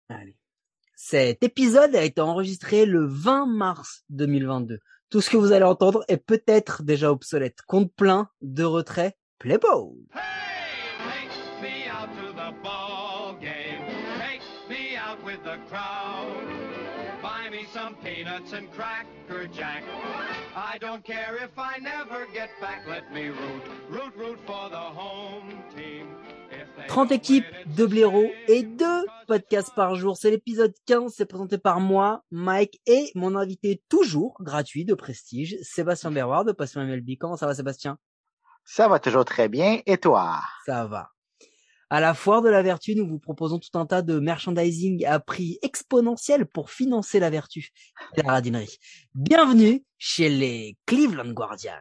Allez. Cet épisode a été enregistré le 20 mars 2022. Tout ce que vous allez entendre est peut-être déjà obsolète. Compte plein, de retrait, play ball. Hey, take me out to the ball game. Take me out with the crowd. Buy me some peanuts and cracker jack. I don't care if I never get back. Let me root for the home team. 30 équipes, 2 blaireaux et 2 podcasts par jour. C'est l'épisode 15, c'est présenté par moi, Mike, et mon invité toujours gratuit de prestige, Sébastien Berroir de Passion MLB. Comment ça va, Sébastien? Ça va toujours très bien. Et toi? Ça va. À la Foire de la Vertu, nous vous proposons tout un tas de merchandising à prix exponentiel pour financer la vertu et la radinerie. Bienvenue chez les Cleveland Guardians.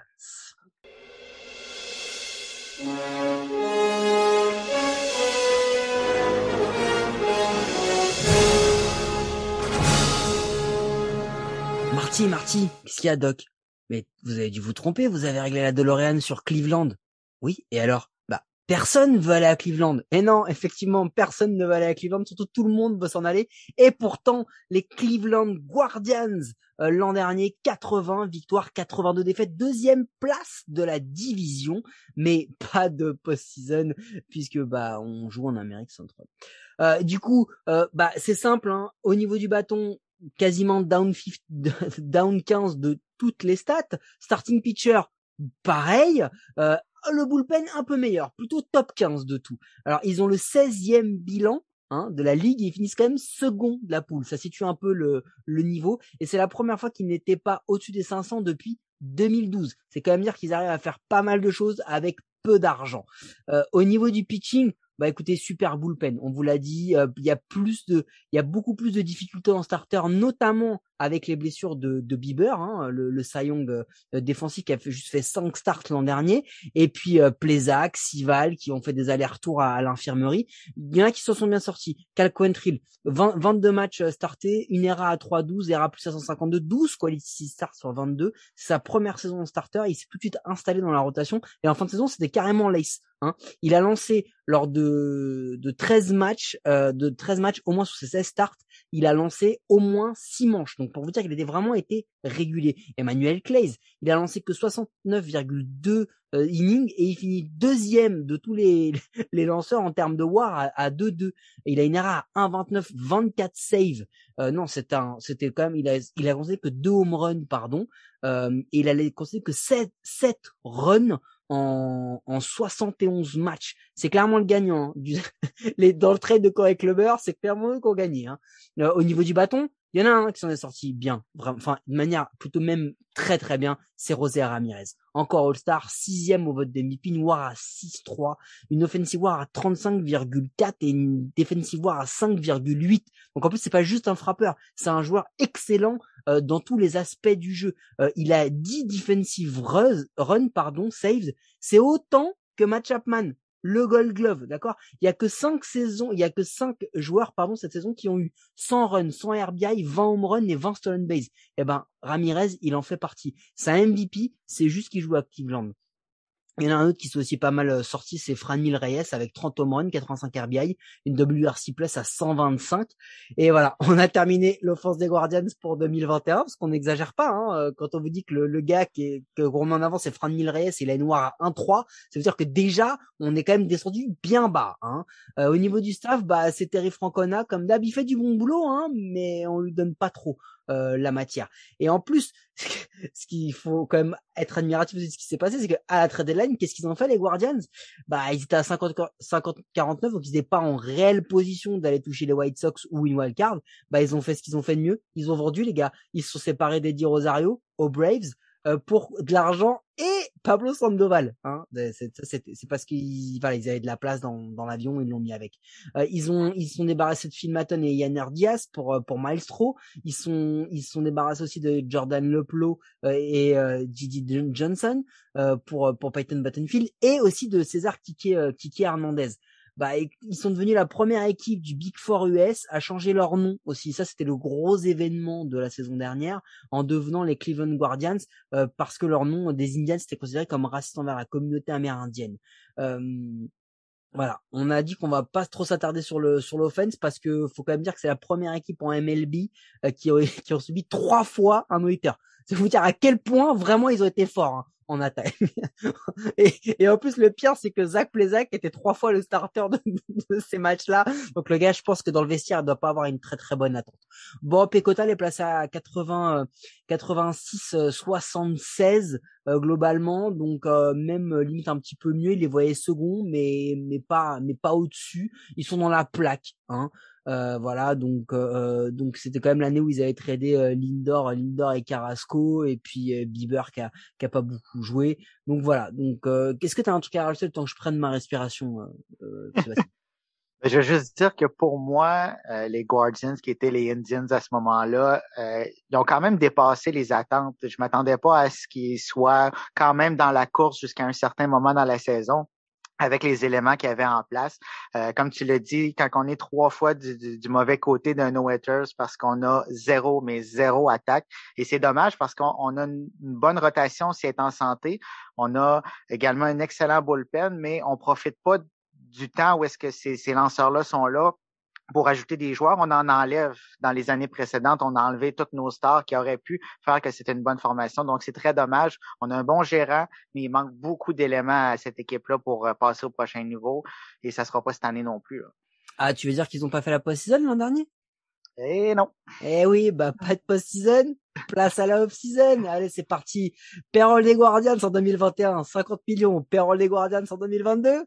Marty, qu'est-ce qu'il y a, Doc? Mais vous avez dû vous tromper, vous avez réglé la DeLorean sur Cleveland. Oui, et alors? Personne veut aller à Cleveland. Et non, effectivement, personne ne veut aller à Cleveland, surtout tout le monde veut s'en aller. Et pourtant, les Cleveland Guardians, l'an dernier, 80 victoires, 82 défaites, deuxième place de la division, mais pas de post-season, puisque on joue en Amérique centrale. Du coup, c'est simple, hein. Au niveau du bâton, quasiment down 15 de toutes les stats. Starting pitcher, pareil. Le bullpen un peu meilleur, plutôt top 15 de tout. Alors, ils ont le 16e bilan de la ligue et ils finissent quand même second de la poule. Ça situe un peu le niveau et c'est la première fois qu'ils n'étaient pas au-dessus des 500 depuis 2012. C'est quand même dire qu'ils arrivent à faire pas mal de choses avec peu d'argent. Au niveau du pitching, écoutez, super bullpen. On vous l'a dit, il y a beaucoup plus de difficultés en starter, notamment avec les blessures de Bieber, le Cy Young défensif qui a juste fait 5 starts l'an dernier, et puis Plesac, Sival qui ont fait des allers-retours à l'infirmerie. Il y en a qui s'en sont bien sortis. Cal Quantrill, 22 matchs startés, une ERA à 3,12, ERA plus à 152, 12 quality starts sur 22. C'est sa première saison en starter, il s'est tout de suite installé dans la rotation, et en fin de saison, c'était carrément l'ace. Il a lancé lors de 13 matchs, au moins sur ses 16 starts, il a lancé au moins 6 manches. Donc, pour vous dire qu'il était vraiment été régulier. Emmanuel Clays, il a lancé que 69,2 innings et il finit deuxième de tous les lanceurs en termes de WAR à 2-2. Et il a une ERA à 1,29, 24 saves. Non, c'était quand même, il a concédé que 2 home runs, et il a concédé que 7 runs en 71 matchs. C'est clairement le gagnant. Dans le trade de Corey Kluber, c'est clairement eux qui ont gagné. Au niveau du bâton, il y en a un qui s'en est sorti bien, enfin de manière plutôt même très très bien, c'est José Ramirez. Encore All-Star, 6e au vote d'MVP, une WAR à 6,3, une offensive WAR à 35,4 et une defensive WAR à 5,8. Donc en plus c'est pas juste un frappeur, c'est un joueur excellent dans tous les aspects du jeu. Il a 10 defensive saves, c'est autant que Matt Chapman, le Gold Glove, d'accord? Il y a que 5 joueurs, cette saison qui ont eu 100 runs, 100 RBI, 20 home runs et 20 stolen base. Ramirez, il en fait partie. C'est un MVP, c'est juste qu'il joue à Cleveland. Il y en a un autre qui s'est aussi pas mal sorti, c'est Franmil Reyes avec 30 home runs, 85 RBI, une WRC plus à 125. Et voilà, on a terminé l'offense des Guardians pour 2021, parce qu'on n'exagère pas, quand on vous dit que le gars qu'on met en avant, c'est Franmil Reyes, il a une noire à 1,3, ça veut dire que déjà, on est quand même descendu bien bas. Au niveau du staff, c'est Terry Francona, comme d'hab, il fait du bon boulot, mais on lui donne pas trop la matière. Et en plus, ce qu'il faut quand même être admiratif de ce qui s'est passé, c'est qu'à la trade deadline, qu'est-ce qu'ils ont fait les Guardians? Ils étaient à 50-49, donc ils n'étaient pas en réelle position d'aller toucher les White Sox ou une wild card. Ils ont fait ce qu'ils ont fait de mieux. Ils ont vendu, les gars. Ils se sont séparés d'Eddie Rosario aux Braves pour de l'argent et Pablo Sandoval. C'est parce qu'ils avaient de la place dans l'avion, ils l'ont mis avec. Ils sont débarrassés de Phil Maton et Yanner Diaz pour Maelstro. Ils sont débarrassés aussi de Jordan Leplo et Didi Johnson pour Peyton Battenfield et aussi de César Kike Hernandez. Ils sont devenus la première équipe du Big Four US à changer leur nom aussi. Ça, c'était le gros événement de la saison dernière en devenant les Cleveland Guardians parce que leur nom des Indians était considéré comme raciste envers la communauté amérindienne. Voilà, on a dit qu'on va pas trop s'attarder sur l'offense parce que faut quand même dire que c'est la première équipe en MLB qui ont subi 3 fois un no-hitter. C'est vous dire à quel point vraiment ils ont été forts hein, en attaque. Et en plus le pire c'est que Zach Plesac était 3 fois le starter de ces matchs-là. Donc le gars, je pense que dans le vestiaire, il doit pas avoir une très très bonne attente. Bon, Pecota est placé à 80, 86, 76 globalement, donc même limite un petit peu mieux. Il les voyait second, mais pas au-dessus. Ils sont dans la plaque, hein. Voilà, donc c'était quand même l'année où ils avaient tradé Lindor et Carrasco, et puis Bieber qui a pas beaucoup joué. Donc voilà. Donc qu'est-ce que tu as un truc à rajouter le temps que je prenne ma respiration, Sébastien? Je veux juste dire que pour moi, les Guardians, qui étaient les Indians à ce moment-là, ils ont quand même dépassé les attentes. Je m'attendais pas à ce qu'ils soient quand même dans la course jusqu'à un certain moment dans la saison, avec les éléments qu'il y avait en place. Comme tu l'as dit, quand on est 3 fois du mauvais côté d'un no-hitters, parce qu'on a zéro attaque. Et c'est dommage parce qu'on a une bonne rotation si elle est en santé. On a également un excellent bullpen, mais on profite pas du temps où est-ce que ces lanceurs-là sont là pour ajouter des joueurs. On en enlève dans les années précédentes. On a enlevé toutes nos stars qui auraient pu faire que c'était une bonne formation. Donc, c'est très dommage. On a un bon gérant, mais il manque beaucoup d'éléments à cette équipe-là pour passer au prochain niveau. Et ça sera pas cette année non plus, là. Ah, tu veux dire qu'ils ont pas fait la post-season l'an dernier? Et non. Eh oui, bah pas de post-season, place à la off-season. Allez, c'est parti. Payroll des Guardians en 2021, 50 millions. Payroll des Guardians en 2022,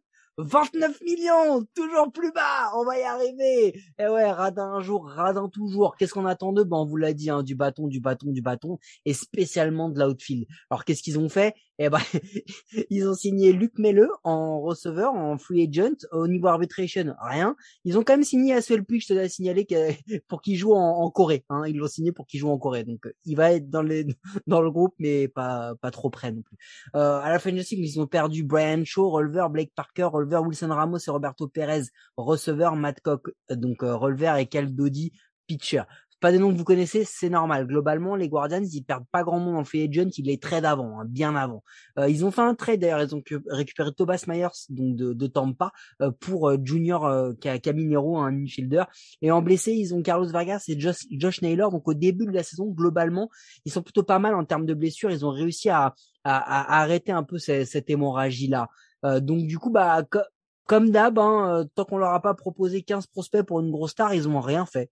29 millions, toujours plus bas. On va y arriver. Eh ouais, radin un jour, radin toujours. Qu'est-ce qu'on attend d'eux? Ben, on vous l'a dit, hein, du bâton, du bâton, du bâton, et spécialement de l'outfield. Alors, qu'est-ce qu'ils ont fait? Eh ben, ils ont signé Luc Melleux en receveur, en free agent. Au niveau arbitration, rien. Ils ont quand même signé Asuel Puig, je te l'ai signalé, pour qu'il joue en Corée. Hein. Ils l'ont signé pour qu'il joue en Corée. Donc, il va être dans le groupe, mais pas trop près non plus. À la fin de cycle, ils ont perdu Brian Shaw, releveur, Blake Parker, releveur, Wilson Ramos et Roberto Perez, receveur, Matt Cock, donc releveur, et Cal Dodi, pitcher. Pas des noms que vous connaissez, c'est normal. Globalement, les Guardians, ils perdent pas grand monde en free agent, ils les trade avant, hein, bien avant. Ils ont fait un trade d'ailleurs, ils ont récupéré Tobias Myers, donc de Tampa, pour Junior Caminero, un infielder. Et en blessé, ils ont Carlos Vargas et Josh Naylor. Donc au début de la saison, globalement, ils sont plutôt pas mal en termes de blessures. Ils ont réussi à arrêter un peu cette hémorragie-là. Donc du coup, bah comme d'hab, hein, tant qu'on leur a pas proposé 15 prospects pour une grosse star, ils ont rien fait.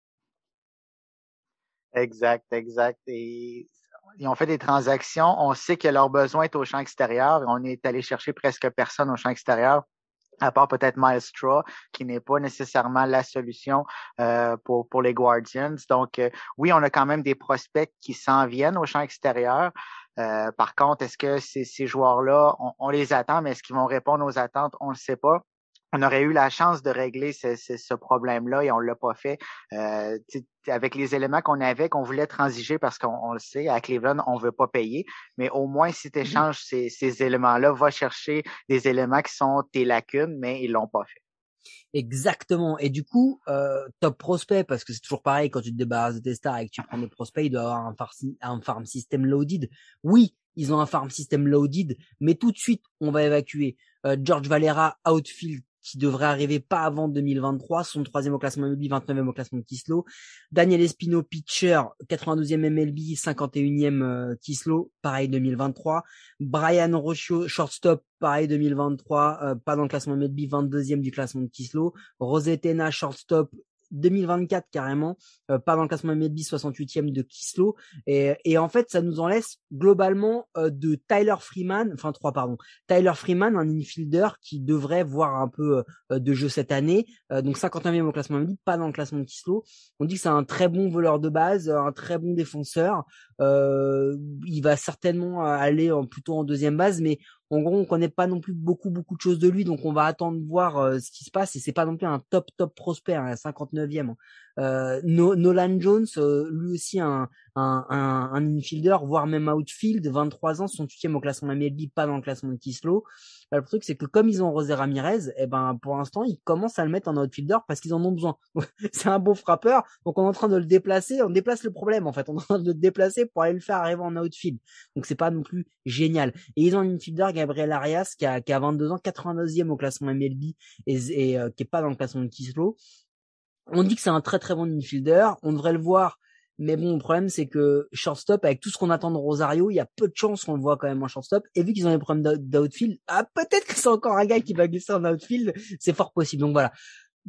Exact, exact. Et ils ont fait des transactions. On sait que leur besoin est au champ extérieur. On est allé chercher presque personne au champ extérieur, à part peut-être Miles Straw, qui n'est pas nécessairement la solution pour les Guardians. Donc, oui, on a quand même des prospects qui s'en viennent au champ extérieur. Par contre, est-ce que ces joueurs-là, on les attend, mais est-ce qu'ils vont répondre aux attentes? On ne le sait pas. On aurait eu la chance de régler ce problème-là et on l'a pas fait. Avec les éléments qu'on avait, qu'on voulait transiger parce qu'on le sait, à Cleveland, on veut pas payer. Mais au moins, si tu échanges ces éléments-là, va chercher des éléments qui sont tes lacunes, mais ils l'ont pas fait. Exactement. Et du coup, top prospect, parce que c'est toujours pareil, quand tu te débarrasses de tes stars et que tu prends des prospects, il doit avoir un farm system loaded. Oui, ils ont un farm system loaded, mais tout de suite, on va évacuer George Valera, outfield, qui devrait arriver pas avant 2023, son 3e au classement MLB, 29e au classement de Kislo. Daniel Espino, pitcher, 92e MLB, 51e Kislo, pareil 2023. Brian Rocio, shortstop, pareil 2023, pas dans le classement MLB, 22e du classement de Kislo. Rosetena, shortstop, 2024 carrément, pas dans le classement MLB, 68e de Kislo. Et en fait, ça nous en laisse globalement de Tyler Freeman, enfin 3 pardon, Tyler Freeman, un infielder qui devrait voir un peu de jeu cette année, donc 59e au classement MLB, pas dans le classement de Kislo. On dit que c'est un très bon voleur de base, un très bon défenseur. Il va certainement aller plutôt en deuxième base, mais en gros, on connaît pas non plus beaucoup de choses de lui, donc on va attendre de voir ce qui se passe. Et c'est pas non plus un top prospect, hein, 59e. Nolan Jones, lui aussi un un infielder, voire même outfield, 23 ans, son 8e au classement MLB, pas dans le classement de Kislo. Bah, le truc, c'est que comme ils ont José Ramirez, pour l'instant, ils commencent à le mettre en outfielder parce qu'ils en ont besoin. C'est un bon frappeur, donc on est en train de le déplacer, on déplace le problème, en fait. On est en train de le déplacer pour aller le faire arriver en outfield. Donc c'est pas non plus génial. Et ils ont un infielder, Gabriel Arias, qui a 22 ans, 82e au classement MLB et qui est pas dans le classement de Kislo. On dit que c'est un très très bon infielder, on devrait le voir, mais bon, le problème c'est que shortstop, avec tout ce qu'on attend de Rosario, il y a peu de chances qu'on le voit quand même en shortstop, et vu qu'ils ont des problèmes d'outfield, peut-être que c'est encore un gars qui va glisser en outfield, c'est fort possible. Donc voilà,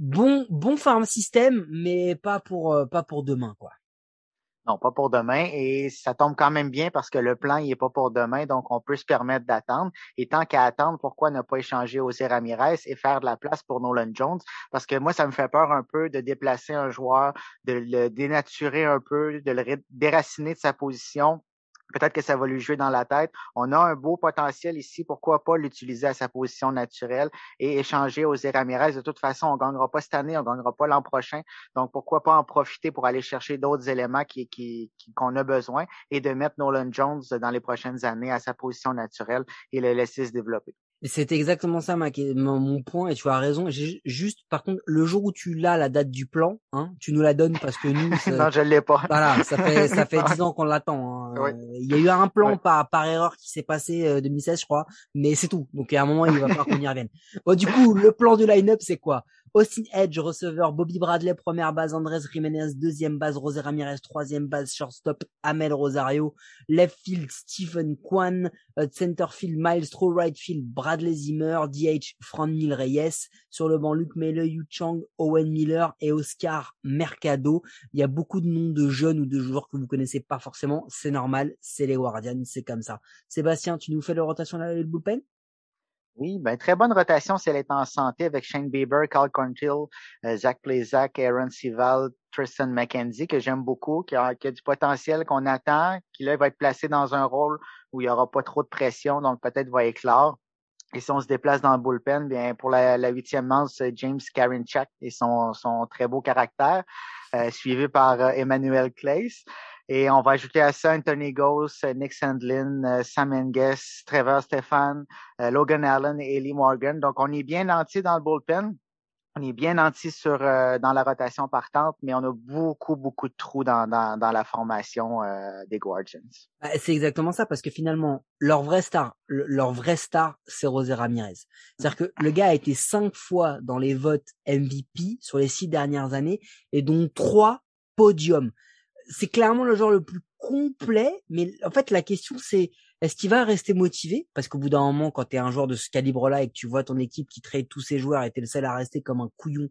bon farm system, mais pas pour demain, quoi. Non, pas pour demain. Et ça tombe quand même bien parce que le plan, il est pas pour demain, donc on peut se permettre d'attendre. Et tant qu'à attendre, pourquoi ne pas échanger José Ramirez et faire de la place pour Nolan Jones? Parce que moi, ça me fait peur un peu de déplacer un joueur, de le dénaturer un peu, de le déraciner de sa position. Peut-être que ça va lui jouer dans la tête. On a un beau potentiel ici. Pourquoi pas l'utiliser à sa position naturelle et échanger José Ramirez? De toute façon, on gagnera pas cette année, on gagnera pas l'an prochain. Donc, pourquoi pas en profiter pour aller chercher d'autres éléments qu'on a besoin et de mettre Nolan Jones dans les prochaines années à sa position naturelle et le laisser se développer. C'était exactement ça mon point, et tu as raison. J'ai juste, par contre, le jour où tu l'as, la date du plan, hein, tu nous la donnes parce que nous, non, je l'ai pas. voilà, ça fait 10 ans qu'on l'attend. Hein. Oui. Il y a eu un plan Oui. par erreur qui s'est passé 2016, je crois, mais c'est tout. Donc à un moment, il va falloir qu'on y revienne. Bon, du coup, le plan du line-up, c'est quoi? Austin Edge, receveur, Bobby Bradley, première base, Andrés Jiménez, deuxième base, José Ramirez, troisième base, shortstop, Amel Rosario, left field, Stephen Kwan, center field, Miles Straw, right field, Bradley Zimmer, DH, Franmil Reyes, sur le banc, Luke Mele, Yu Chang, Owen Miller et Oscar Mercado. Il y a beaucoup de noms de jeunes ou de joueurs que vous connaissez pas forcément, c'est normal, c'est les Guardians, c'est comme ça. Sébastien, tu nous fais la rotation là, le bullpen? Oui, ben très bonne rotation si elle est en santé avec Shane Bieber, Cal Quantrill, Zach Plesac, Aaron Sival, Tristan McKenzie, que j'aime beaucoup, qui a du potentiel qu'on attend, qui là va être placé dans un rôle où il n'y aura pas trop de pression, donc peut-être va éclore. Et si on se déplace dans le bullpen, bien pour la 8e manche, James Karinchak et son très beau caractère, suivi par Emmanuel Clace. Et on va ajouter à ça Anthony Ghost, Nick Sandlin, Sam Hingis, Trevor Stephan, Logan Allen et Ellie Morgan. Donc, on est bien nanti dans le bullpen. On est bien nanti dans la rotation partante, mais on a beaucoup de trous dans la formation des Guardians. C'est exactement ça, parce que finalement, leur vraie star, c'est José Ramirez. C'est-à-dire que le gars a été 5 fois dans les votes MVP sur les 6 dernières années, et dont 3 podiums. C'est clairement le joueur le plus complet, mais en fait, la question c'est, est-ce qu'il va rester motivé? Parce qu'au bout d'un moment, quand tu es un joueur de ce calibre-là et que tu vois ton équipe qui trade tous ses joueurs et t'es le seul à rester comme un couillon,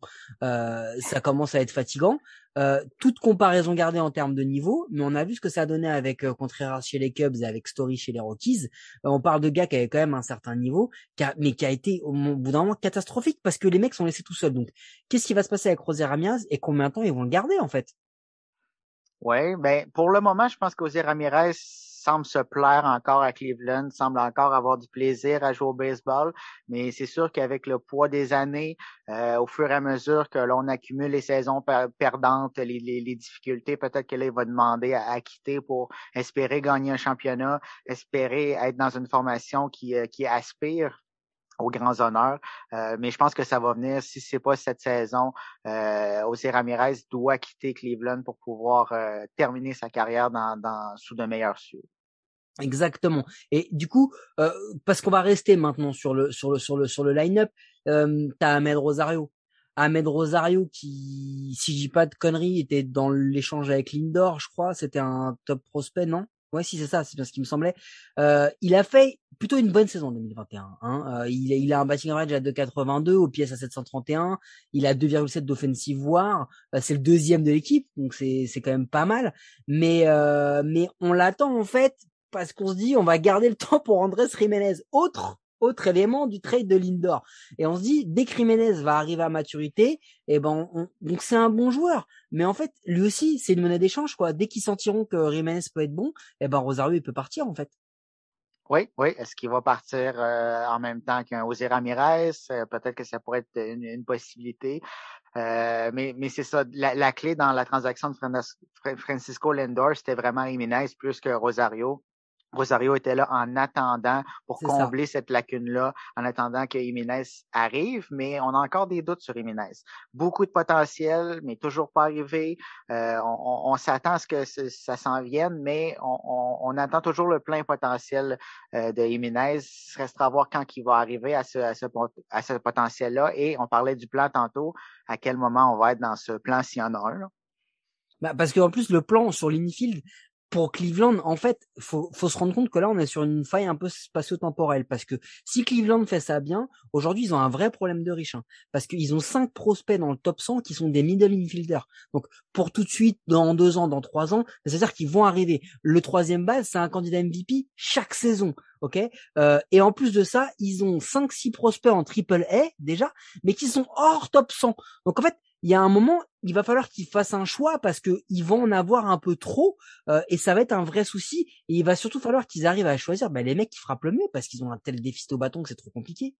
ça commence à être fatigant. Toute comparaison gardée en termes de niveau, mais on a vu ce que ça a donné avec Contreras chez les Cubs et avec Story chez les Rockies. On parle de gars qui avaient quand même un certain niveau, mais qui a été au bout d'un moment catastrophique parce que les mecs sont laissés tout seuls. Donc, qu'est-ce qui va se passer avec José Ramirez et combien de temps ils vont le garder en fait? Oui, ben pour le moment, je pense qu'José Ramirez semble se plaire encore à Cleveland, semble encore avoir du plaisir à jouer au baseball, mais c'est sûr qu'avec le poids des années, au fur et à mesure que l'on accumule les saisons perdantes, les difficultés, peut-être que là, il va demander à quitter pour espérer gagner un championnat, espérer être dans une formation qui aspire aux grands honneurs. Mais je pense que ça va venir. Si c'est pas cette saison, José Ramirez doit quitter Cleveland pour pouvoir terminer sa carrière sous de meilleurs cieux. Exactement. Et du coup, parce qu'on va rester maintenant sur le line-up, t'as Ahmed Rosario. Ahmed Rosario qui, si je dis pas de conneries, était dans l'échange avec Lindor, je crois. C'était un top prospect, non? Ouais, si c'est ça, c'est bien ce qui me semblait. Il a fait plutôt une bonne saison en 2021. Hein. Il a un batting average à 2,82, au pièce à 731. Il a 2,7 d'offensive WAR. C'est le deuxième de l'équipe, donc c'est quand même pas mal. Mais on l'attend en fait parce qu'on se dit on va garder le temps pour Andrés Jiménez. Autre élément du trade de Lindor. Et on se dit, dès que Jiménez va arriver à maturité, donc c'est un bon joueur. Mais en fait, lui aussi, c'est une monnaie d'échange, quoi. Dès qu'ils sentiront que Jiménez peut être bon, Rosario, il peut partir, en fait. Oui, oui. Est-ce qu'il va partir en même temps qu'un José Ramirez? Peut-être que ça pourrait être une possibilité. Mais c'est ça. La clé dans la transaction de Francisco Lindor, c'était vraiment Jiménez plus que Rosario. Rosario était là en attendant pour C'est ça. combler cette lacune-là, en attendant que Jiménez arrive, mais on a encore des doutes sur Jiménez. Beaucoup de potentiel, mais toujours pas arrivé. On s'attend à ce que ça s'en vienne, mais on attend toujours le plein potentiel de Jiménez. Il restera à voir quand il va arriver à ce potentiel-là. Et on parlait du plan tantôt, à quel moment on va être dans ce plan s'il y en a un. Là. Bah, parce qu'en plus, le plan sur l'infield, pour Cleveland, en fait, faut se rendre compte que là, on est sur une faille un peu spatio-temporelle. Parce que si Cleveland fait ça bien, aujourd'hui, ils ont un vrai problème de riche. Hein, parce qu'ils ont 5 prospects dans le top 100 qui sont des middle infielders. Donc, pour tout de suite, dans 2 ans, dans 3 ans, c'est-à-dire qu'ils vont arriver. Le troisième base, c'est un candidat MVP chaque saison. Ok, et en plus de ça, ils ont 5-6 prospects en triple A déjà, mais qui sont hors top 100. Donc en fait, il y a un moment, il va falloir qu'ils fassent un choix parce que ils vont en avoir un peu trop et ça va être un vrai souci. Et il va surtout falloir qu'ils arrivent à choisir les mecs qui frappent le mieux parce qu'ils ont un tel déficit au bâton que c'est trop compliqué.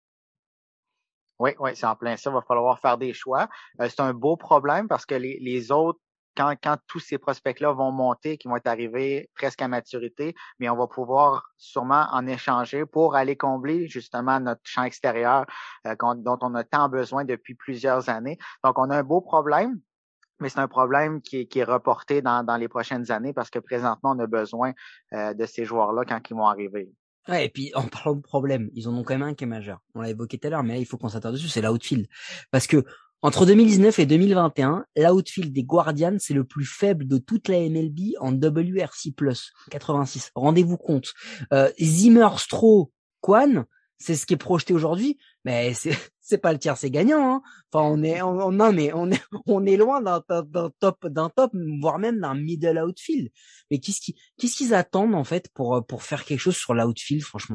Oui, oui, c'est en plein ça. Il va falloir faire des choix. C'est un beau problème parce que les autres, quand tous ces prospects-là vont monter, qui vont être arrivés presque à maturité, mais on va pouvoir sûrement en échanger pour aller combler justement notre champ extérieur dont on a tant besoin depuis plusieurs années. Donc, on a un beau problème. Mais c'est un problème qui est reporté dans les prochaines années parce que présentement, on a besoin de ces joueurs-là quand ils vont arriver. Ouais, et puis en parlant de problème, ils en ont quand même un qui est majeur. On l'a évoqué tout à l'heure, mais là, il faut qu'on s'attarde dessus, c'est l'outfield. Parce que entre 2019 et 2021, l'outfield des Guardians, c'est le plus faible de toute la MLB en WRC+, 86. Rendez-vous compte. Zimmer, Stroh, Kwan, c'est ce qui est projeté aujourd'hui, mais c'est c'est pas le tiers, c'est gagnant. Hein. Enfin, non, mais on est loin d'un top, voire même d'un middle outfield. Mais qu'est-ce qu'ils attendent en fait pour faire quelque chose sur l'outfield, franchement?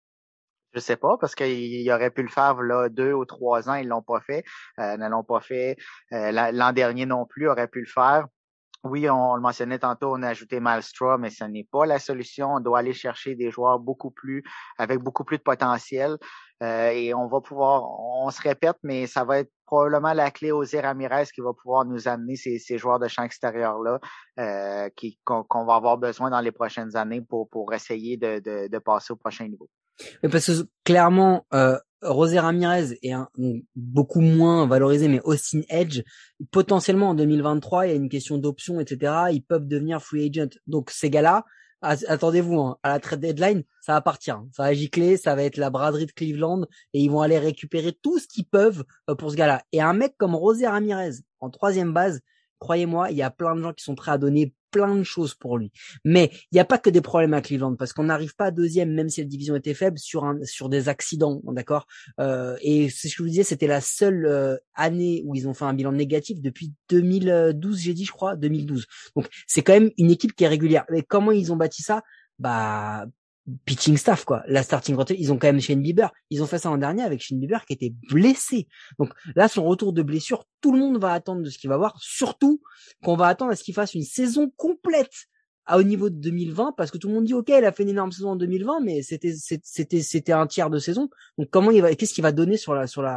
Je sais pas, parce qu'ils auraient pu le faire là 2 ou 3 ans, ils l'ont pas fait, ne l'ont pas fait. L'an dernier non plus aurait pu le faire. Oui, on le mentionnait tantôt, on a ajouté Malmstrom, mais ce n'est pas la solution. On doit aller chercher des joueurs avec beaucoup plus de potentiel. Et on va pouvoir, on se répète, mais ça va être probablement la clé aux Ramirez qui va pouvoir nous amener ces joueurs de champ extérieur-là qu'on va avoir besoin dans les prochaines années pour essayer de passer au prochain niveau. Mais parce que clairement, José Ramirez est beaucoup moins valorisé, mais Austin Edge, potentiellement en 2023, il y a une question d'option, etc. Ils peuvent devenir free agent. Donc ces gars-là, attendez-vous, hein, à la trade deadline, ça va partir. Hein. Ça va gicler, ça va être la braderie de Cleveland, et ils vont aller récupérer tout ce qu'ils peuvent pour ce gars-là. Et un mec comme José Ramirez, en troisième base, croyez-moi, il y a plein de gens qui sont prêts à donner plein de choses pour lui. Mais il n'y a pas que des problèmes à Cleveland parce qu'on n'arrive pas à deuxième, même si la division était faible, sur des accidents, d'accord. Et c'est ce que je vous disais, c'était la seule année où ils ont fait un bilan négatif depuis 2012, j'ai dit, je crois, 2012. Donc c'est quand même une équipe qui est régulière. Mais comment ils ont bâti ça? Bah pitching staff quoi. La starting rotation, ils ont quand même Shane Bieber. Ils ont fait ça l'an dernier avec Shane Bieber qui était blessé. Donc là, son retour de blessure, tout le monde va attendre de ce qu'il va voir. Surtout qu'on va attendre à ce qu'il fasse une saison complète au niveau de 2020 parce que tout le monde dit ok, il a fait une énorme saison en 2020, mais c'était un tiers de saison. Donc qu'est-ce qu'il va donner sur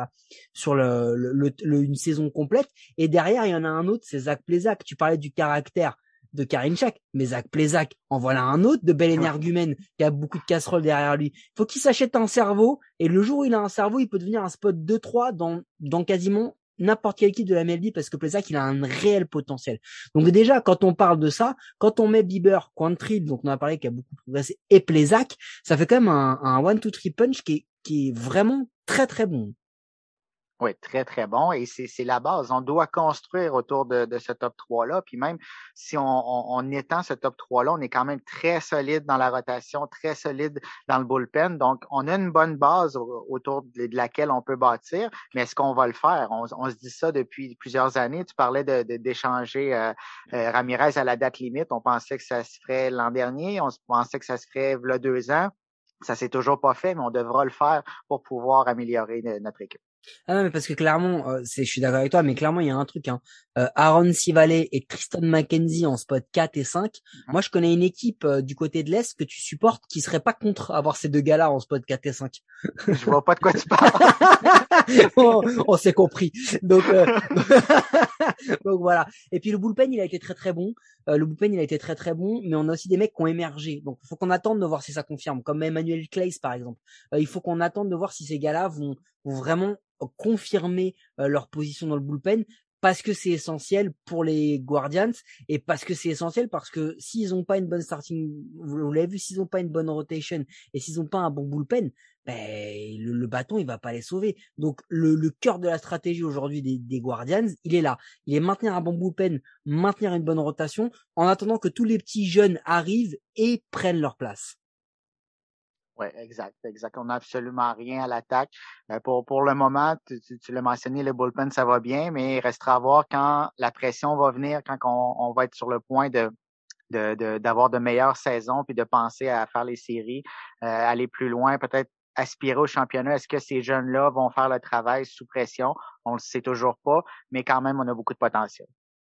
une saison complète? Et derrière, il y en a un autre, c'est Zach Plesac. Tu parlais du caractère de Karinchak, mais Zach Plesac, en voilà un autre de bel énergumène qui a beaucoup de casseroles derrière lui. Faut qu'il s'achète un cerveau, et le jour où il a un cerveau, il peut devenir un spot 2-3 dans quasiment n'importe quelle équipe de la MLB parce que Plesac, il a un réel potentiel. Donc déjà, quand on parle de ça, quand on met Bieber, Quantrill, donc on a parlé qui a beaucoup progressé, et Plesac, ça fait quand même un 1-2-3 punch qui est vraiment très très bon. Oui, très, très bon. Et c'est la base. On doit construire autour de ce top 3-là. Puis même si on étend ce top 3-là, on est quand même très solide dans la rotation, très solide dans le bullpen. Donc, on a une bonne base autour de laquelle on peut bâtir. Mais est-ce qu'on va le faire? On se dit ça depuis plusieurs années. Tu parlais d'échanger Ramirez à la date limite. On pensait que ça se ferait l'an dernier. On pensait que ça se ferait il y a 2 ans. Ça s'est toujours pas fait, mais on devra le faire pour pouvoir améliorer notre équipe. Ah non, mais parce que clairement, je suis d'accord avec toi, mais clairement, il y a un truc, hein. Aaron Civale et Tristan McKenzie en spot 4 et 5. Moi, je connais une équipe du côté de l'Est que tu supportes qui serait pas contre avoir ces deux gars-là en spot 4 et 5. Je vois pas de quoi tu parles. on s'est compris. Donc, donc voilà. Et puis le bullpen, il a été très très bon. Le bullpen, il a été très très bon, mais on a aussi des mecs qui ont émergé. Donc, il faut qu'on attende de voir si ça confirme, comme Emmanuel Clays par exemple. Il faut qu'on attende de voir si ces gars-là vont vraiment confirmer leur position dans le bullpen, parce que c'est essentiel pour les Guardians et parce que c'est essentiel parce que s'ils ont pas une bonne starting, vous l'avez vu, s'ils ont pas une bonne rotation et s'ils ont pas un bon bullpen, ben le bâton il va pas les sauver. Donc le cœur de la stratégie aujourd'hui des Guardians, il est là. Il est maintenir un bon bullpen, maintenir une bonne rotation en attendant que tous les petits jeunes arrivent et prennent leur place. Oui, exact. On n'a absolument rien à l'attaque. Pour le moment, tu l'as mentionné, le bullpen, ça va bien, mais il restera à voir quand la pression va venir, quand on va être sur le point d'avoir de meilleures saisons, puis de penser à faire les séries, aller plus loin, peut-être aspirer au championnat. Est-ce que ces jeunes-là vont faire le travail sous pression? On le sait toujours pas, mais quand même, on a beaucoup de potentiel.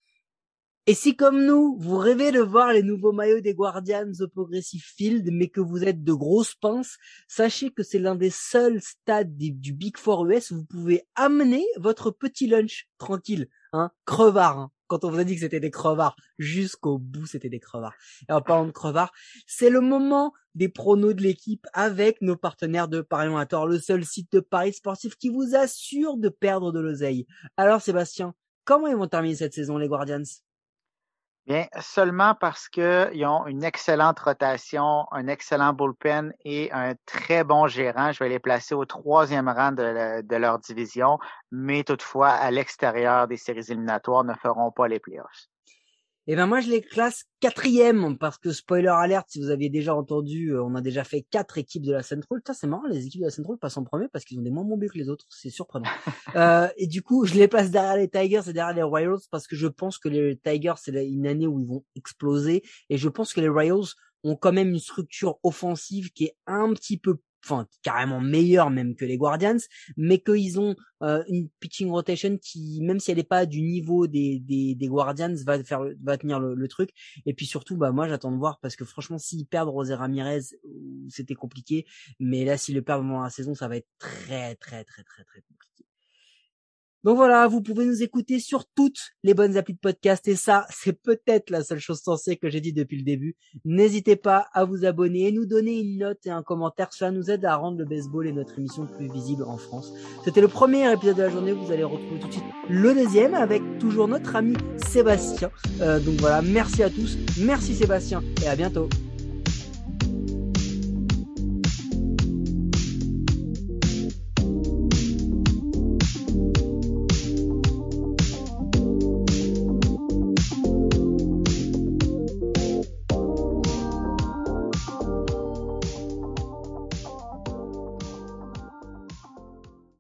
Et si comme nous, vous rêvez de voir les nouveaux maillots des Guardians au Progressive Field, mais que vous êtes de grosses pinces, sachez que c'est l'un des seuls stades du Big Four US où vous pouvez amener votre petit lunch tranquille, hein, crevard, hein. Quand on vous a dit que c'était des crevards, jusqu'au bout c'était des crevards. Et en parlant de crevards, c'est le moment des pronos de l'équipe avec nos partenaires de Parions à Tort, le seul site de paris sportif qui vous assure de perdre de l'oseille. Alors Sébastien, comment ils vont terminer cette saison les Guardians? Bien, seulement parce qu'ils ont une excellente rotation, un excellent bullpen et un très bon gérant. Je vais les placer au 3e rang de leur division, mais toutefois, à l'extérieur des séries éliminatoires, ne feront pas les playoffs. Eh ben moi je les classe 4e parce que spoiler alert, si vous aviez déjà entendu, on a déjà fait 4 équipes de la Central. Ça c'est marrant, les équipes de la Central passent en premier parce qu'ils ont des moins bons buts que les autres, c'est surprenant. Et du coup je les place derrière les Tigers et derrière les Royals parce que je pense que les Tigers c'est une année où ils vont exploser et je pense que les Royals ont quand même une structure offensive qui est un petit peu, enfin carrément meilleure même que les Guardians, mais qu'ils ont une pitching rotation qui, même si elle n'est pas du niveau des Guardians, va tenir le truc. Et puis surtout, bah moi j'attends de voir parce que franchement, s'ils perdent José Ramirez, c'était compliqué, mais là s'ils le perdent pendant la saison, ça va être très très très très très compliqué. Donc voilà, vous pouvez nous écouter sur toutes les bonnes applis de podcast et ça, c'est peut-être la seule chose sensée que j'ai dit depuis le début. N'hésitez pas à vous abonner et nous donner une note et un commentaire. Cela nous aide à rendre le baseball et notre émission plus visible en France. C'était le premier épisode de la journée. Vous allez retrouver tout de suite le deuxième avec toujours notre ami Sébastien. Donc voilà, merci à tous. Merci Sébastien et à bientôt.